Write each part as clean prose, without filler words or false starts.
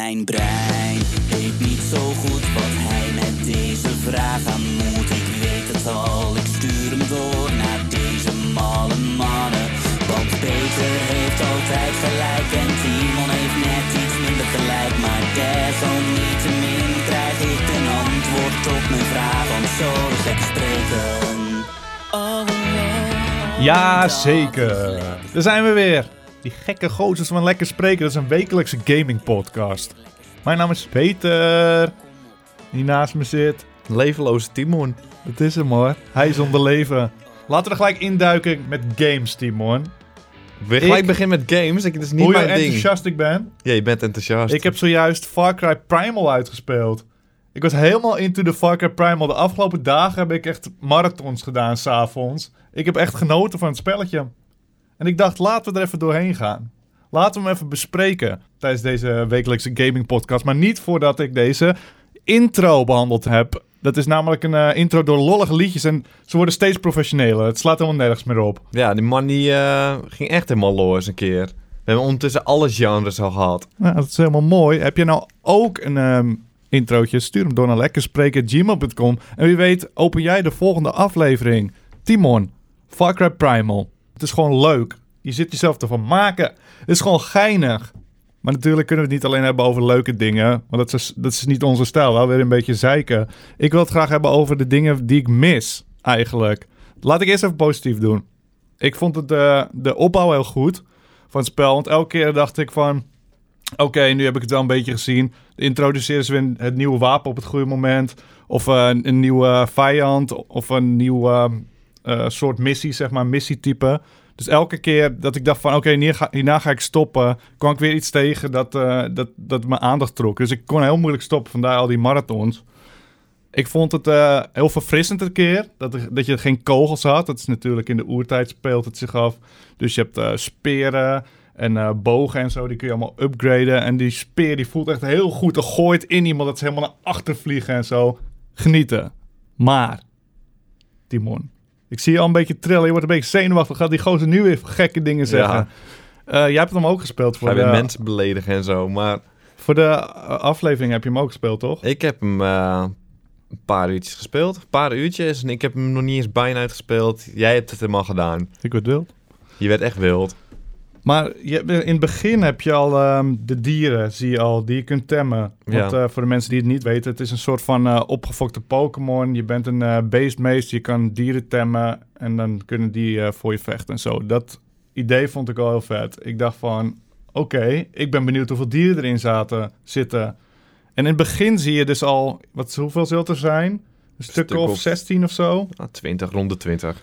Mijn brein weet niet zo goed wat hij met deze vraag aan moet. Ik weet het al, ik stuur hem door naar deze malle mannen. Want Peter heeft altijd gelijk en Timon heeft net iets minder gelijk. Maar desalniettemin krijg ik een antwoord op mijn vraag. Want zo lekker spreken. Ja, zeker. Daar zijn we weer. Die gekke gozers van Lekker Spreken. Dat is een wekelijkse gaming podcast. Mijn naam is Peter. Die naast me zit. Levenloze Timon. Dat is hem hoor. Hij is onder leven. Laten we er gelijk induiken met games, Timon. We gelijk beginnen met games. Dat is niet hoe mijn ding. enthousiast ik ben. Ja, je bent enthousiast. Ik heb zojuist Far Cry Primal uitgespeeld. Ik was helemaal into de Far Cry Primal. De afgelopen dagen heb ik echt marathons gedaan, 's avonds. Ik heb echt genoten van het spelletje. En ik dacht, laten we er even doorheen gaan. Laten we hem even bespreken tijdens deze wekelijkse gaming podcast. Maar niet voordat ik deze intro behandeld heb. Dat is namelijk een intro door lollige liedjes en ze worden steeds professioneler. Het slaat helemaal nergens meer op. Ja, die man die ging echt helemaal los een keer. We hebben ondertussen alle genres al gehad. Nou, dat is helemaal mooi. Heb je nou ook een introotje? Stuur hem door naar lekkerspreken@gmail.com. En wie weet open jij de volgende aflevering. Timon, Far Cry Primal. Het is gewoon leuk. Je zit jezelf ervan maken. Het is gewoon geinig. Maar natuurlijk kunnen we het niet alleen hebben over leuke dingen. Want dat is niet onze stijl. Wel weer een beetje zeiken. Ik wil het graag hebben over de dingen die ik mis, eigenlijk. Laat ik eerst even positief doen. Ik vond het de opbouw heel goed van het spel. Want elke keer dacht ik van... Oké, nu heb ik het wel een beetje gezien. Introduceren ze weer het nieuwe wapen op het goede moment. Of een nieuwe vijand. Of een nieuw soort missie, zeg maar, missietype. Dus elke keer dat ik dacht van... Oké, hierna ga ik stoppen... kwam ik weer iets tegen dat mijn aandacht trok. Dus ik kon heel moeilijk stoppen. Vandaar al die marathons. Ik vond het heel verfrissend een keer. Dat je geen kogels had. Dat is natuurlijk in de oertijd speelt het zich af. Dus je hebt speren... En bogen en zo, die kun je allemaal upgraden. En die speer, die voelt echt heel goed. Er gooit in iemand, dat ze helemaal naar achter vliegen en zo. Genieten. Maar, Timon, ik zie je al een beetje trillen. Je wordt een beetje zenuwachtig. Gaat die gozer nu weer gekke dingen zeggen. Ja. Jij hebt hem ook gespeeld. Ga weer mensen beledigen en zo, maar... Voor de aflevering heb je hem ook gespeeld, toch? Ik heb hem een paar uurtjes gespeeld. Een paar uurtjes. En ik heb hem nog niet eens bijna uitgespeeld. Jij hebt het helemaal gedaan. Ik werd wild. Je werd echt wild. Maar in het begin heb je al de dieren, zie je al, die je kunt temmen. Want voor de mensen die het niet weten, het is een soort van opgefokte Pokémon. Je bent een beestmeester, je kan dieren temmen en dan kunnen die voor je vechten en zo. Dat idee vond ik al heel vet. Ik dacht van, oké, ik ben benieuwd hoeveel dieren erin zitten. En in het begin zie je dus al, hoeveel zult er zijn? Een stuk of 16 of zo? 20, rond de 20.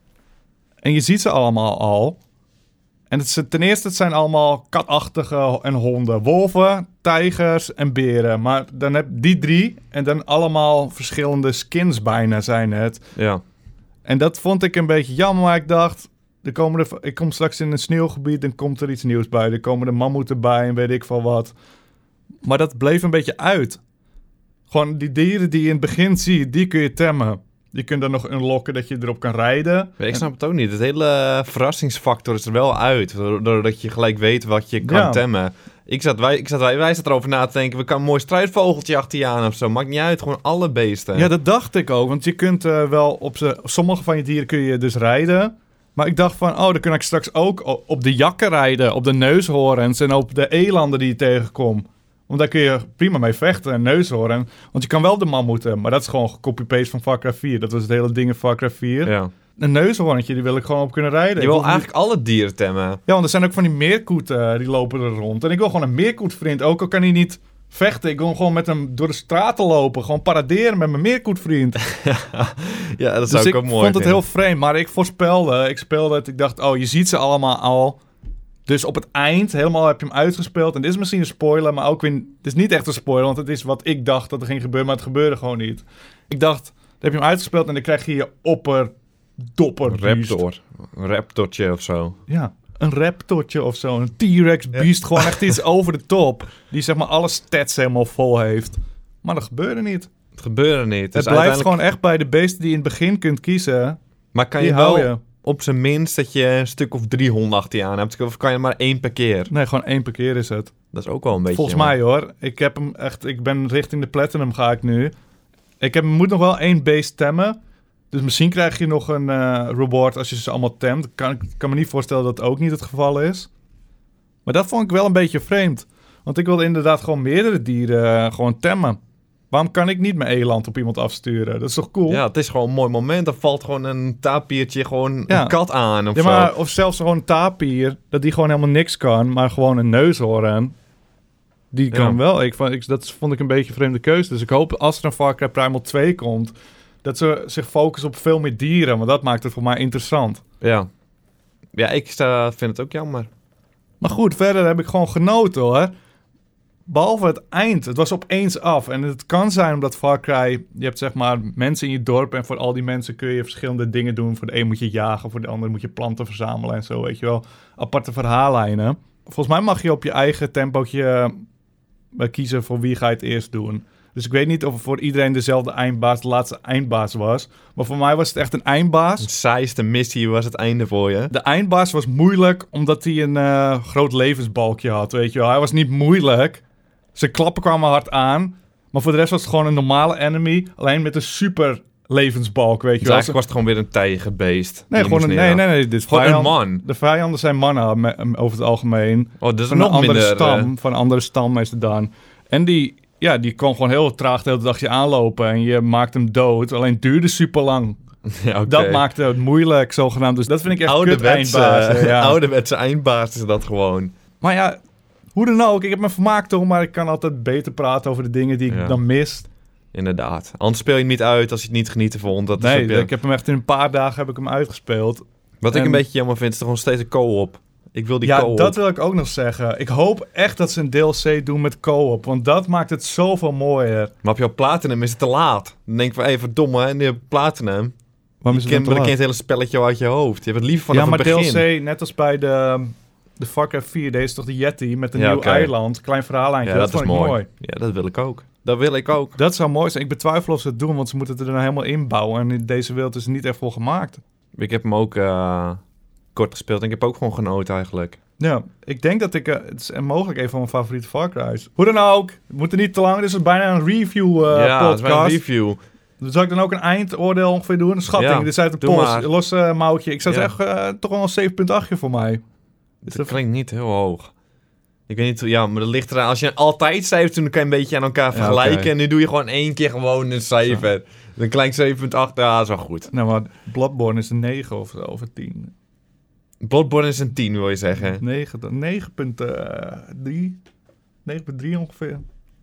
En je ziet ze allemaal al. En ten eerste, het zijn allemaal katachtige en honden. Wolven, tijgers en beren. Maar dan heb je die 3 en dan allemaal verschillende skins bijna zijn het. Ja. En dat vond ik een beetje jammer, maar ik dacht... ik kom straks in een sneeuwgebied en komt er iets nieuws bij. Er komen de mammoeten bij en weet ik veel wat. Maar dat bleef een beetje uit. Gewoon die dieren die je in het begin ziet, die kun je temmen. Je kunt dan nog unlocken dat je erop kan rijden. Ik snap het ook niet. Het hele verrassingsfactor is er wel uit. Doordat je gelijk weet wat je kan temmen. Wij zaten erover na te denken... we kan een mooi strijdvogeltje achter je aan of zo. Maakt niet uit. Gewoon alle beesten. Ja, dat dacht ik ook. Want je kunt wel op sommige van je dieren kun je dus rijden. Maar ik dacht van... dan kan ik straks ook op de jakken rijden. Op de neushoorns en op de elanden die je tegenkomt. Want daar kun je prima mee vechten en neushoorn. Want je kan wel de mammoeten, maar dat is gewoon copy-paste van Far Cry 4. Dat was het hele ding in Far Cry 4. Ja. Een neushoorntje, die wil ik gewoon op kunnen rijden. Je wil eigenlijk alle dieren temmen. Ja, want er zijn ook van die meerkoeten, die lopen er rond. En ik wil gewoon een meerkoetvriend, ook al kan hij niet vechten. Ik wil gewoon met hem door de straten lopen. Gewoon paraderen met mijn meerkoetvriend. Ja, dat zou ik ook mooi vinden. Ik vond het heel vreemd, maar ik speelde het. Ik dacht, je ziet ze allemaal al. Dus op het eind, helemaal heb je hem uitgespeeld. En dit is misschien een spoiler, maar ook weer... Het is niet echt een spoiler, want het is wat ik dacht dat er ging gebeuren. Maar het gebeurde gewoon niet. Ik dacht, dan heb je hem uitgespeeld en dan krijg je je opperdopper. Raptor. Een raptortje of zo. Ja, een raptortje of zo. Een T-Rex beest. Ja. Gewoon echt iets over de top. Die zeg maar alle stats helemaal vol heeft. Maar dat gebeurde niet. Het gebeurde niet. Het blijft gewoon echt bij de beesten die je in het begin kunt kiezen. Maar kan je wel... op zijn minst dat je een stuk of 3 honden achter je aan hebt? Of kan je maar 1 per keer? Nee, gewoon 1 per keer is het. Dat is ook wel een beetje... Volgens mij hoor. Ik ben richting de Platinum ga ik nu. Moet nog wel 1 base temmen. Dus misschien krijg je nog een reward als je ze allemaal temt. Ik kan me niet voorstellen dat het ook niet het geval is. Maar dat vond ik wel een beetje vreemd. Want ik wilde inderdaad gewoon meerdere dieren gewoon temmen. Waarom kan ik niet mijn eland op iemand afsturen? Dat is toch cool? Ja, het is gewoon een mooi moment. Dan valt gewoon een tapiertje gewoon een kat aan of zo. Of zelfs gewoon een tapier, dat die gewoon helemaal niks kan, maar gewoon een neushoorn. Die kan wel. Dat vond ik een beetje een vreemde keuze. Dus ik hoop als er een Far Cry Primal 2 komt, dat ze zich focussen op veel meer dieren. Want dat maakt het voor mij interessant. Ja. Ja, ik vind het ook jammer. Maar goed, verder heb ik gewoon genoten hoor. Behalve het eind. Het was opeens af. En het kan zijn omdat Far Cry... Je hebt zeg maar mensen in je dorp. En voor al die mensen kun je verschillende dingen doen. Voor de een moet je jagen. Voor de ander moet je planten verzamelen en zo. Weet je wel. Aparte verhaallijnen. Volgens mij mag je op je eigen tempootje kiezen voor wie ga je het eerst doen. Dus ik weet niet of voor iedereen dezelfde eindbaas de laatste eindbaas was. Maar voor mij was het echt een eindbaas. De saaiste missie was het einde voor je. De eindbaas was moeilijk omdat hij een groot levensbalkje had. Weet je wel. Hij was niet moeilijk. Zijn klappen kwamen hard aan. Maar voor de rest was het gewoon een normale enemy. Alleen met een super levensbalk, weet je dus wel. eigenlijk was het gewoon weer een tijgerbeest. Nee, gewoon nee. Dit gewoon een man. De vijanden zijn mannen over het algemeen. Oh, dat is van nog een andere minder, stam. Van een andere stam is het dan. En die kon gewoon heel traag de hele dagje aanlopen. En je maakt hem dood. Alleen het duurde super lang. Ja, okay. Dat maakte het moeilijk, zogenaamd. Dus dat vind ik echt kut eindbaas. Ja. Ouderwetse eindbaas is dat gewoon. Maar ja... Hoe dan ook, ik heb me vermaakt toch, maar ik kan altijd beter praten over de dingen die ik dan mist. Inderdaad. Anders speel je hem niet uit als je het niet genieten vond. Ik heb hem echt in een paar dagen uitgespeeld. Wat ik een beetje jammer vind, is er gewoon steeds een co-op. Ik wil die co-op. Ja, dat wil ik ook nog zeggen. Ik hoop echt dat ze een DLC doen met co-op, want dat maakt het zoveel mooier. Maar op jouw Platinum is het te laat. Dan denk ik van, verdomme, en die Platinum. Waarom is het dan kent het hele spelletje uit je hoofd. Je hebt het liever vanaf het begin. Ja, maar DLC, net als bij de Far Cry 4, deze is toch de Yeti met een nieuw eiland. Klein verhaaleintje. Ja, dat vond ik mooi. Ja, dat wil ik ook. Dat wil ik ook. Dat zou mooi zijn. Ik betwijfel of ze het doen, want ze moeten het er nou helemaal inbouwen. En in deze wereld is het niet echt voor gemaakt. Ik heb hem ook kort gespeeld en ik heb ook gewoon genoten eigenlijk. Ja, ik denk dat het is mogelijk een van mijn favoriete Far Cry's. Hoe dan ook, we moeten niet te lang, dit is bijna een review podcast. Het is bijna een review. Dus zal ik dan ook een eindoordeel ongeveer doen? Een schatting, dit is uit de post, los mouwtje. Ik zou zeggen, toch wel een 7,8 voor mij. Dat klinkt niet heel hoog. Ik weet niet, maar dat ligt eraan. Als je altijd cijfers doet, dan kan je een beetje aan elkaar vergelijken. Okay. En nu doe je gewoon 1 keer gewoon een cijfer. Dan klinkt 7,8, ja, is wel goed. Nou, maar Bloodborne is een 9 of zo, of een 10. Bloodborne is een 10, wil je zeggen? 9,3. 9,3 ongeveer.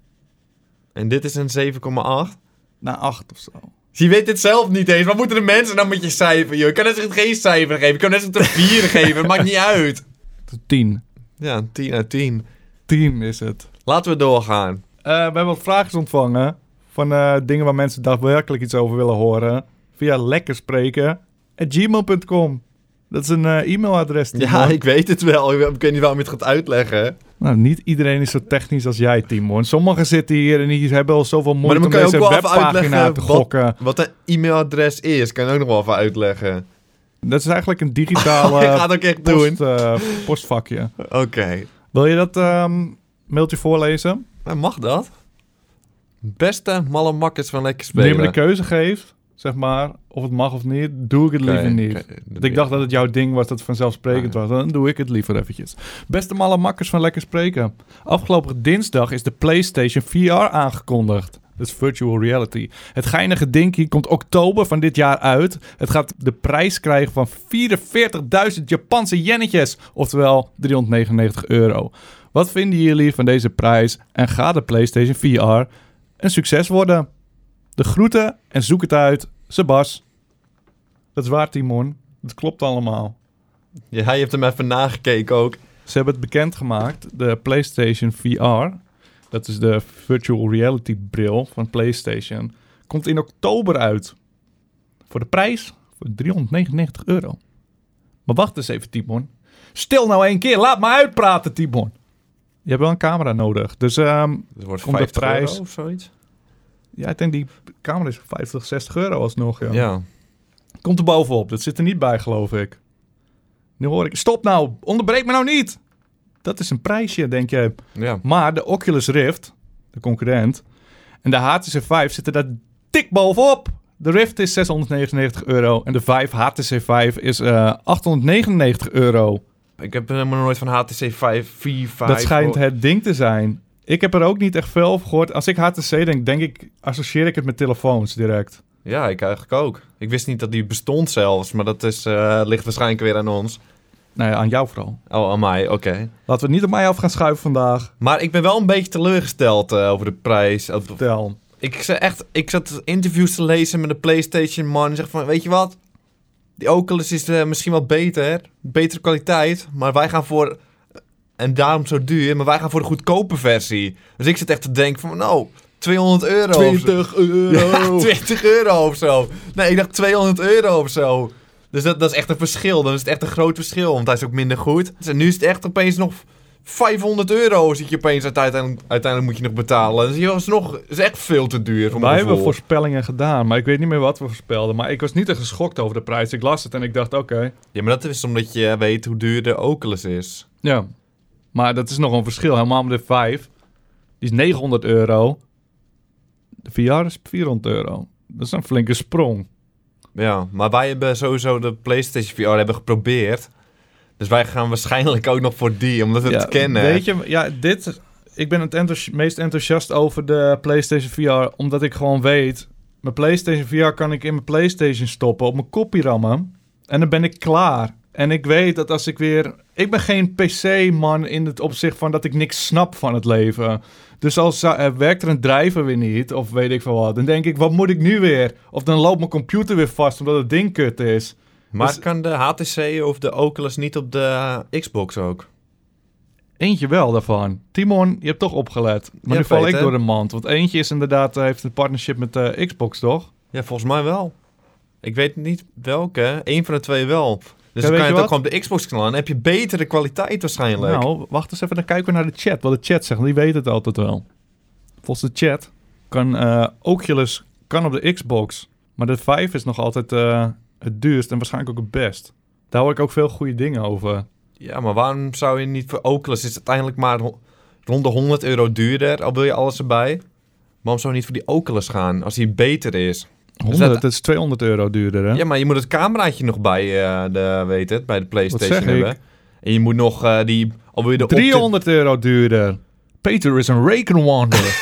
En dit is een 7,8? Nou, 8 of zo. Je weet het zelf niet eens. Wat moeten de mensen dan met je cijfer, joh? Je kan net zo geen cijfer geven. Je kan net zo een 4 geven. Het maakt niet uit. 10. Ja, een 10 uit 10. 10 is het. Laten we doorgaan. We hebben wat vragen ontvangen. Van dingen waar mensen daadwerkelijk iets over willen horen. Via lekkerspreken@gmail.com. Dat is een e-mailadres. Ja, ik weet het wel. Ik weet niet waarom je het gaat uitleggen. Nou, niet iedereen is zo technisch als jij, Timon. Sommigen zitten hier en die hebben al zoveel moeite om deze webpagina te gokken. Wat een e-mailadres is, kan je ook nog wel even uitleggen. Dat is eigenlijk een digitale ik ga het ook echt doen. postvakje. Oké. Wil je dat mailtje voorlezen? Mag dat? Beste malle makkers van Lekker Spelen. Wanneer je me de keuze geeft, zeg maar, of het mag of niet, doe ik het liever niet. Ik dacht dat het jouw ding was, dat het vanzelfsprekend was. Dan doe ik het liever eventjes. Beste malle makkers van Lekker Spreken. Afgelopen dinsdag is de PlayStation VR aangekondigd. Dat is virtual reality. Het geinige dinkie komt oktober van dit jaar uit. Het gaat de prijs krijgen van 44.000 Japanse yennetjes. Oftewel €399. Wat vinden jullie van deze prijs? En gaat de PlayStation VR een succes worden? De groeten en zoek het uit. Sebas. Dat is waar, Timon. Het klopt allemaal. Ja, je hebt hem even nagekeken ook. Ze hebben het bekendgemaakt. De PlayStation VR... Dat is de virtual reality bril van PlayStation. Komt in oktober uit. Voor de prijs van €399. Maar wacht eens even, Timon. Stil nou 1 keer. Laat me uitpraten, Timon. Je hebt wel een camera nodig. Dus wordt komt de prijs of zoiets? Ja, ik denk die camera is €50-60 alsnog. Ja. Komt er bovenop. Dat zit er niet bij, geloof ik. Nu hoor ik... Stop nou. Onderbreek me nou niet. Dat is een prijsje, denk je. Ja. Maar de Oculus Rift, de concurrent, en de HTC Vive zitten daar dik bovenop. De Rift is €699 en de Vive HTC Vive is €899. Ik heb helemaal nooit van HTC Vive. Dat schijnt het ding te zijn. Ik heb er ook niet echt veel over gehoord. Als ik HTC denk associeer ik het met telefoons direct. Ja, ik eigenlijk ook. Ik wist niet dat die bestond zelfs, maar dat ligt waarschijnlijk weer aan ons. Nee, aan jou vooral. Oh, aan mij, oké. Laten we het niet op mij af gaan schuiven vandaag. Maar ik ben wel een beetje teleurgesteld over de prijs. Vertel. Ik zat interviews te lezen met de PlayStation man en zeg van, weet je wat? Die Oculus is misschien wel beter, betere kwaliteit, maar wij gaan voor, en daarom zo duur, maar wij gaan voor de goedkope versie. Dus ik zit echt te denken van, nou, €200. €20. Ja, €20 of zo. Nee, ik dacht €200 of zo. Dus dat is echt een verschil. Dan is het echt een groot verschil, want hij is ook minder goed. Dus en nu is het echt opeens nog €500 zit je opeens uiteindelijk moet je nog betalen. Dus het is echt veel te duur voor Wij mijn hebben gevoel. voorspellingen gedaan, maar ik weet niet meer wat we voorspelden. Maar ik was niet echt geschokt over de prijs. Ik las het en ik dacht, oké. Ja, maar dat is omdat je weet hoe duur de Oculus is. Ja, maar dat is nog een verschil. Helemaal met de Vive. Die is €900. De VR is €400. Dat is een flinke sprong. Ja, maar wij hebben sowieso de PlayStation VR hebben geprobeerd. Dus wij gaan waarschijnlijk ook nog voor die, omdat we het kennen. Weet je, ja, ik ben het meest enthousiast over de PlayStation VR, omdat ik gewoon weet, mijn PlayStation VR kan ik in mijn PlayStation stoppen, op mijn koppie rammen, en dan ben ik klaar. En ik weet dat als ik weer... Ik ben geen PC-man in het opzicht van dat ik niks snap van het leven. Dus als werkt er een driver weer niet, of weet ik veel wat, dan denk ik, wat moet ik nu weer? Of dan loopt mijn computer weer vast omdat het ding kut is. Maar Dus- kan de HTC of de Oculus niet op de Xbox ook? Eentje wel daarvan. Timon, je hebt toch opgelet. Maar Ja, nu val ik Peter. door de mand. Want eentje is inderdaad, heeft een partnership met Xbox, toch? Ja, volgens mij wel. Ik weet niet welke. Eén van de twee wel. Dus Ja, dan weet kan je je het ook wat? gewoon op de Xbox knallen. Dan heb je betere kwaliteit waarschijnlijk. Nou, wacht eens even, dan kijken we naar de chat. Wat de chat zegt, want die weet het altijd wel. Volgens de chat kan Oculus kan op de Xbox. Maar de Vive is nog altijd het duurst en waarschijnlijk ook het best. Daar hoor ik ook veel goede dingen over. Ja, maar waarom zou je niet voor Oculus... is het uiteindelijk maar rond de €100 duurder, al wil je alles erbij. Waarom zou je niet voor die Oculus gaan, als die beter is? 100, dat is €200 duurder, hè? Ja, maar je moet het cameraatje nog bij bij de PlayStation zeg hebben. ik? En je moet nog al wil je de €300 duurder. Peter is een rekenwonder.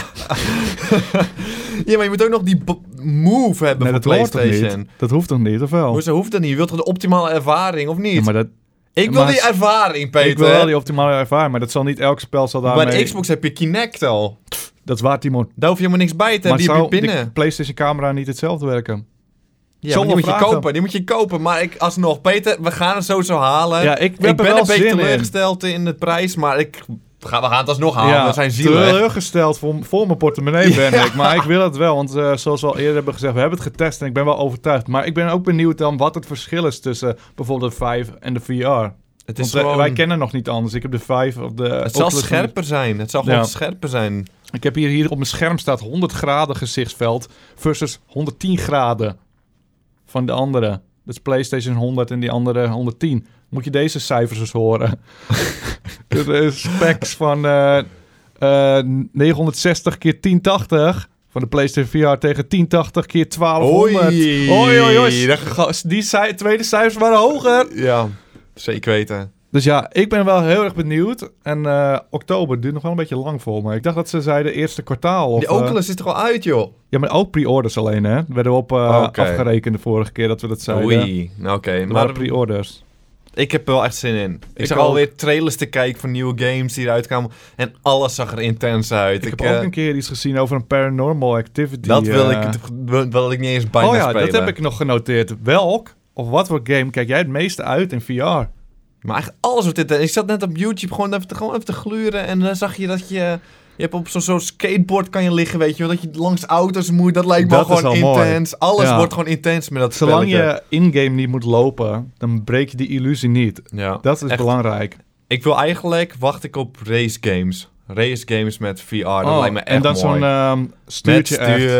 Ja, maar je moet ook nog die Move hebben Nee, voor dat hoort toch PlayStation. niet? Dat hoeft toch niet, of wel? Hoezo hoeft dat niet? Je wilt toch de optimale ervaring, of niet? Ja, maar dat, Ik wil maar- die ervaring, Peter. ik wil wel die optimale ervaring, maar dat zal niet elk spel zal daarmee... Bij de Xbox heb je Kinect al. Dat is waar, Timon. Daar hoef je helemaal niks bij te Maar hebben. Die heb zou je de binnen. PlayStation camera niet hetzelfde werken? Ja, maar Zoveel die moet je vragen. kopen. Die moet je kopen. Maar alsnog, Peter, we gaan het sowieso halen. Ja, ik Ik heb er ben wel een beetje zin in. teleurgesteld in de prijs, maar we gaan het alsnog halen. Ja, We zijn zielig. teleurgesteld voor mijn portemonnee ben ik. Maar ik wil het wel, want zoals we al eerder hebben gezegd, we hebben het getest en ik ben wel overtuigd. Maar ik ben ook benieuwd dan wat het verschil is tussen bijvoorbeeld de Vive en de VR. Het is Want gewoon... wij kennen nog niet anders. Ik heb de Vive of de Het zal Oculus scherper zijn. Het zal gewoon Ja. scherper zijn. Ik heb hier op mijn scherm staat 100 graden gezichtsveld versus 110 graden van de andere. Dus PlayStation 100 en die andere 110. Moet je deze cijfers eens horen. De specs van 960 keer 1080 van de PlayStation VR tegen 1080 keer 1200. Oei. Oei, oei, oei. Dat- Die tweede cijfers waren hoger. Ja, zeker weten. Dus ja, ik ben wel heel erg benieuwd. En oktober duurt nog wel een beetje lang voor me. Ik dacht dat ze zeiden eerste kwartaal. Of, Die Oculus is toch al uit, joh? ja, maar ook pre-orders alleen, hè? Werden we op Oké. afgerekend de vorige keer dat we dat zeiden. Oei. Nou, oké. Er Maar waren pre-orders. ik heb er wel echt zin in. Ik zag ook. alweer trailers te kijken van nieuwe games die eruit kwamen. En alles zag er intens uit. Ik heb ook een keer iets gezien over een Paranormal Activity. Dat wil ik niet eens bijna Oh ja, spelen. dat heb ik nog genoteerd. Welk of wat voor game kijk jij het meeste uit in VR? Maar eigenlijk alles wat dit... Ik zat net op YouTube gewoon even te gluren. En dan zag je dat je... Je hebt op zo'n skateboard kan je liggen, weet je wel. Dat je langs auto's moet. Dat lijkt me Dat is gewoon al mooi. intens. Alles Ja. wordt gewoon intens met dat Zolang spelletje. je in-game niet moet lopen, dan breek je die illusie niet. Ja, Dat is echt. belangrijk. Ik wil eigenlijk... Wacht ik op race games. Race games met VR. Dat lijkt me echt en dan mooi. zo'n Met stuurtje echt. stuur.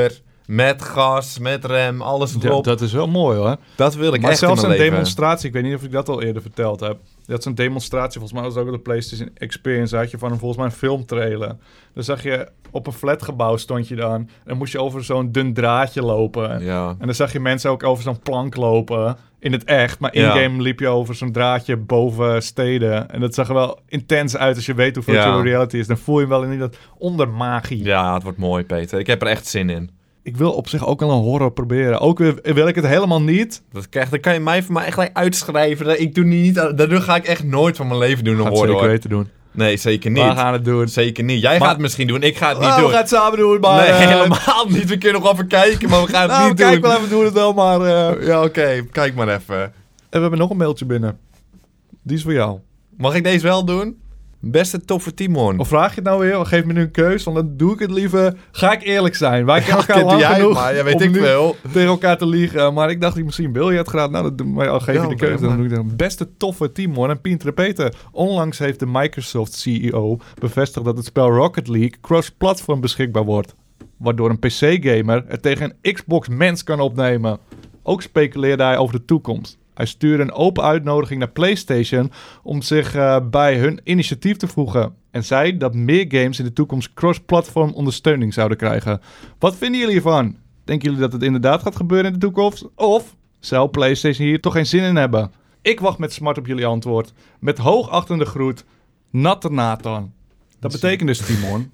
Met gas, met rem, alles Ja, erop. dat is wel mooi hoor. Dat wil ik Maar echt in zelfs mijn een leven. demonstratie, ik weet niet of ik dat al eerder verteld heb. Je had zo'n demonstratie, volgens mij was het ook op de PlayStation Experience, had je van volgens mij een filmtrailer. Dan zag je op een flatgebouw stond je dan en moest je over zo'n dun draadje lopen. Ja. En dan zag je mensen ook over zo'n plank lopen in het echt. Maar Ja. in-game liep je over zo'n draadje boven steden. En dat zag er wel intens uit als je weet hoe virtual reality is. Dan voel je wel in dat ondermagie. Ja, het wordt mooi, Peter. Ik heb er echt zin in. Ik wil op zich ook wel een horror proberen. Ook wil ik het helemaal niet. Dan kan je mij voor mij echt gelijk uitschrijven. Ik doe niet, dat ga ik echt nooit van mijn leven doen. Ga Een het horror. zeker weten doen. Nee, zeker We niet. gaan het doen. Zeker niet. Jij Maar- gaat het misschien doen, ik ga het niet We doen. gaan het samen doen, maar... Nee, helemaal niet. We kunnen nog even kijken, maar we gaan het Nou, niet kijk doen. wel even, doen het wel, maar... Ja, oké. Kijk maar even. En we hebben nog een mailtje binnen. Die is voor jou. Mag ik deze wel doen? Beste toffe Timon. Of vraag je het nou weer? Geef me nu een keus, want dan doe ik het liever. Ga ik eerlijk zijn. Wij kennen elkaar kent lang jij, genoeg maar ja, weet om ik nu wel. tegen elkaar te liegen. Maar ik dacht, misschien wil je het graag. Nou, maar al geef je Ja, de keuze. maar- Dan doe ik dan beste toffe Timon en Pieter Peter. Onlangs heeft de Microsoft CEO bevestigd dat het spel Rocket League cross-platform beschikbaar wordt. Waardoor een PC-gamer het tegen een Xbox-mens kan opnemen. Ook speculeerde hij over de toekomst. Hij stuurde een open uitnodiging naar PlayStation om zich bij hun initiatief te voegen. En zei dat meer games in de toekomst cross-platform ondersteuning zouden krijgen. Wat vinden jullie hiervan? Denken jullie dat het inderdaad gaat gebeuren in de toekomst? Of zou PlayStation hier toch geen zin in hebben? Ik wacht met smart op jullie antwoord. Met hoogachtende groet, Natte Nathan. Dat betekent dus Timon.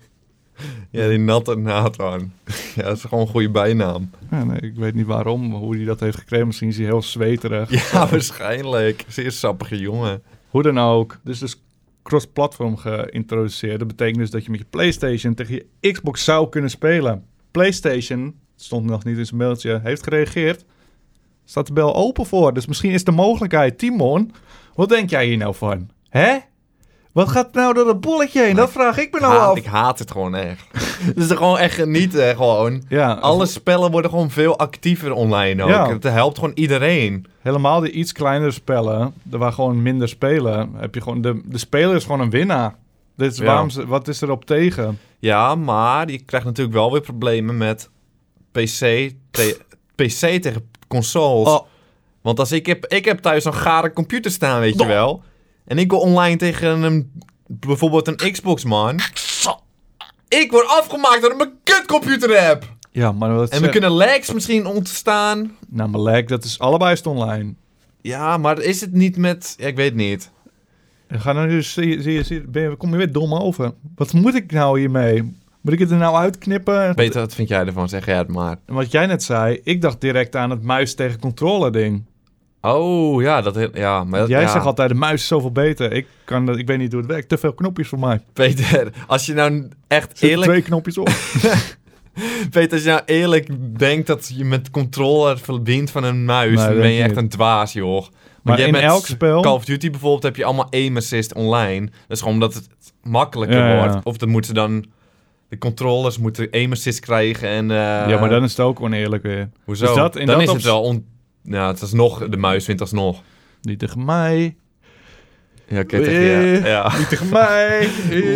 Ja, die natte Nathan. Ja, dat is gewoon een goede bijnaam. Ja, nee, ik weet niet waarom, hoe hij dat heeft gekregen. Misschien is hij heel zweterig. Ja, waarschijnlijk. Zeer sappige jongen. Hoe dan ook. Dus cross-platform geïntroduceerd. Dat betekent dus dat je met je PlayStation tegen je Xbox zou kunnen spelen. PlayStation, het stond nog niet in zijn mailtje, heeft gereageerd. Staat de bel open voor. Dus misschien is de mogelijkheid. Timon, wat denk jij hier nou van? Hè? Wat gaat nou door het bolletje heen? Dat vraag ik me nou af. Ik haat het gewoon echt. Het is er gewoon echt genieten, gewoon. Ja, Alle spellen worden gewoon veel actiever online ook. Ja. Het helpt gewoon iedereen. helemaal die iets kleinere spellen, waar gewoon minder spelen, heb je gewoon de speler is gewoon een winnaar. Dit is Ja. wat is erop tegen? Ja, maar je krijgt natuurlijk wel weer problemen met PC tegen consoles. Oh. Want als ik heb thuis een gare computer staan, weet je wel. En ik wil online tegen bijvoorbeeld een Xbox, man. Ik word afgemaakt door mijn kutcomputer heb. Ja, maar wat En we kunnen lags misschien ontstaan. Nou, maar lijkt dat is allebei is het online. Ja, maar is het niet met... Ja, ik weet niet. En ga nou dus, kom je weer dom over. Wat moet ik nou hiermee? Moet ik het er nou uitknippen? Peter, wat vind jij ervan? Zeg jij het maar. En wat jij net zei, ik dacht direct aan het muis tegen controller ding. Oh, ja, maar Jij ja. zegt altijd, de muis is zoveel beter. Ik weet niet hoe het werkt. Te veel knopjes voor mij. Peter, als je nou echt Zet eerlijk... 2 knopjes op. Peter, als je nou eerlijk denkt dat je met controller verdient van een muis, Nee, dan dat ben je denk ik echt een dwaas, joh. Maar Want je in hebt met elk spel... Call of Duty bijvoorbeeld heb je allemaal aim assist online. Dat is gewoon omdat het makkelijker Ja, ja. wordt. Of dan moeten dan... De controllers moeten aim assist krijgen en... ja, maar dan is het ook oneerlijk weer. Hoezo? Dus Dan is het wel... Ja, het is nog... De muis vindt alsnog. Niet tegen mij. Ja, oké, tegen ja. Niet tegen mij.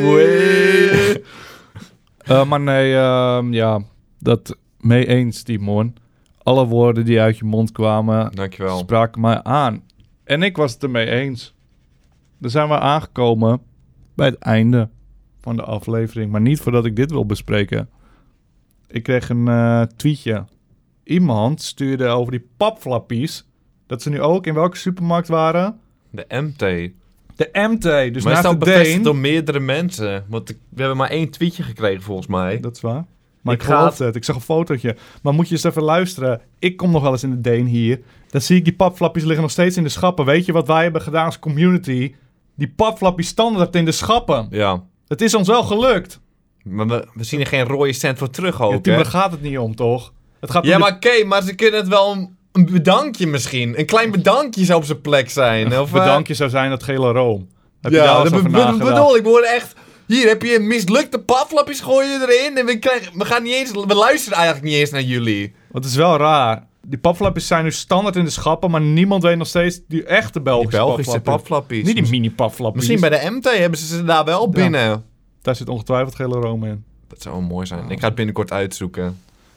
Wee. Maar nee, ja, dat mee eens, Timon. Alle woorden die uit je mond kwamen, Dankjewel. spraken mij aan. En ik was het ermee eens. Dan zijn we aangekomen bij het einde van de aflevering. Maar niet voordat ik dit wil bespreken. Ik kreeg een tweetje. Iemand stuurde over die papflappies. Dat ze nu ook in welke supermarkt waren? De MT. De MT. Dus Maar is naast dat de bevestigd Deen. door meerdere mensen? Want we hebben maar 1 tweetje gekregen volgens mij. Dat is waar. Maar ik Ik ga geloof het. Ik zag een fotootje. Maar moet je eens even luisteren. Ik kom nog wel eens in de Deen hier. Dan zie ik die papflappies liggen nog steeds in de schappen. Weet je wat wij hebben gedaan als community? Die papflappies standaard in de schappen. Ja. Het is ons wel gelukt. Maar we zien er geen rode cent voor terug Ja, ook, Tim, hè? daar gaat het niet om, toch? Het gaat om Ja, de- maar oké, maar ze kunnen het wel een bedankje misschien. Een klein bedankje zou op zijn plek zijn. Of, bedankje zou zijn dat gele room. Heb je daar Ja, eens dat over nagedacht? bedoel ik. We worden echt... Hier heb je mislukte papflapjes, gooi je erin. En we gaan niet eens... We luisteren eigenlijk niet eens naar jullie. Want het is wel raar. Die papflapjes zijn nu standaard in de schappen, maar niemand weet nog steeds die echte Die Belgische, Belgische papflapjes. papflapjes. Niet die mini-papflapjes. Misschien bij de MT hebben ze daar wel binnen. Daar zit ongetwijfeld gele room in. Dat zou wel mooi zijn. Ik ga het binnenkort uitzoeken.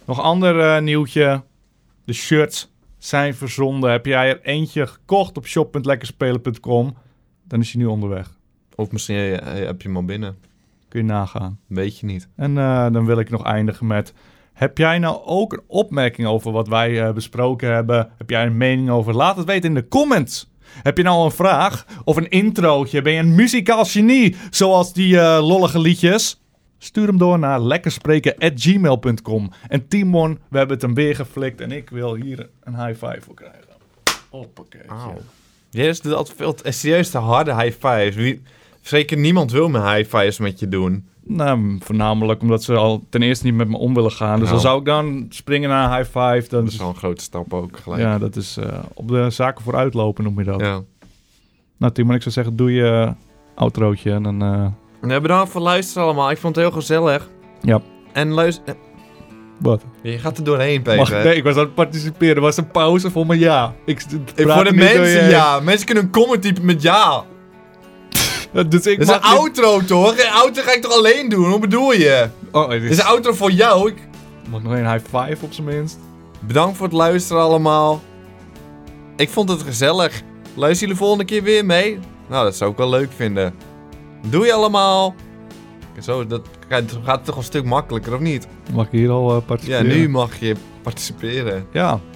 Nog ander nieuwtje. De shirts zijn verzonden. Heb jij er eentje gekocht op shop.lekkerspelen.com, dan is hij nu onderweg. Of misschien heb je hem al binnen. Kun je nagaan. Weet je niet. En dan wil ik nog eindigen met... Heb jij nou ook een opmerking over wat wij besproken hebben? Heb jij een mening over? Laat het weten in de comments. Heb je nou een vraag of een introotje? Ben je een muzikaal genie, zoals die lollige liedjes? Stuur hem door naar lekkerspreken@gmail.com. En Timon, we hebben het hem weer geflikt en ik wil hier een high five voor krijgen. Hoppakee. Jij doet altijd veel serieus te harde high fives. Zeker niemand wil mijn high fives met je doen. Nou, voornamelijk omdat ze al ten eerste niet met me om willen gaan. Dus dan zou ik dan springen naar een high five. Dat is wel een grote stap ook gelijk. Ja, dat is op de zaken vooruitlopen noem je dat. Ja. Nou Timon, ik zou zeggen, doe je outrootje en dan... Bedankt voor het luisteren allemaal. Ik vond het heel gezellig. Ja. En luister... Wat? Je gaat er doorheen, Peter. Nee, ik was aan het participeren. Er was een pauze voor mijn ja. Voor de mensen, ja. Mensen kunnen een comment typen met ja. Dus ik dat is een outro, toch? Een outro ga ik toch alleen doen? Hoe bedoel je? Dit is een outro voor jou. Mag nog een high five op zijn minst. Bedankt voor het luisteren allemaal. Ik vond het gezellig. Luisteren jullie volgende keer weer mee? Nou, dat zou ik wel leuk vinden. Doei allemaal. Zo, dat gaat toch een stuk makkelijker, of niet? Mag ik hier al participeren? Ja, nu mag je participeren. Ja.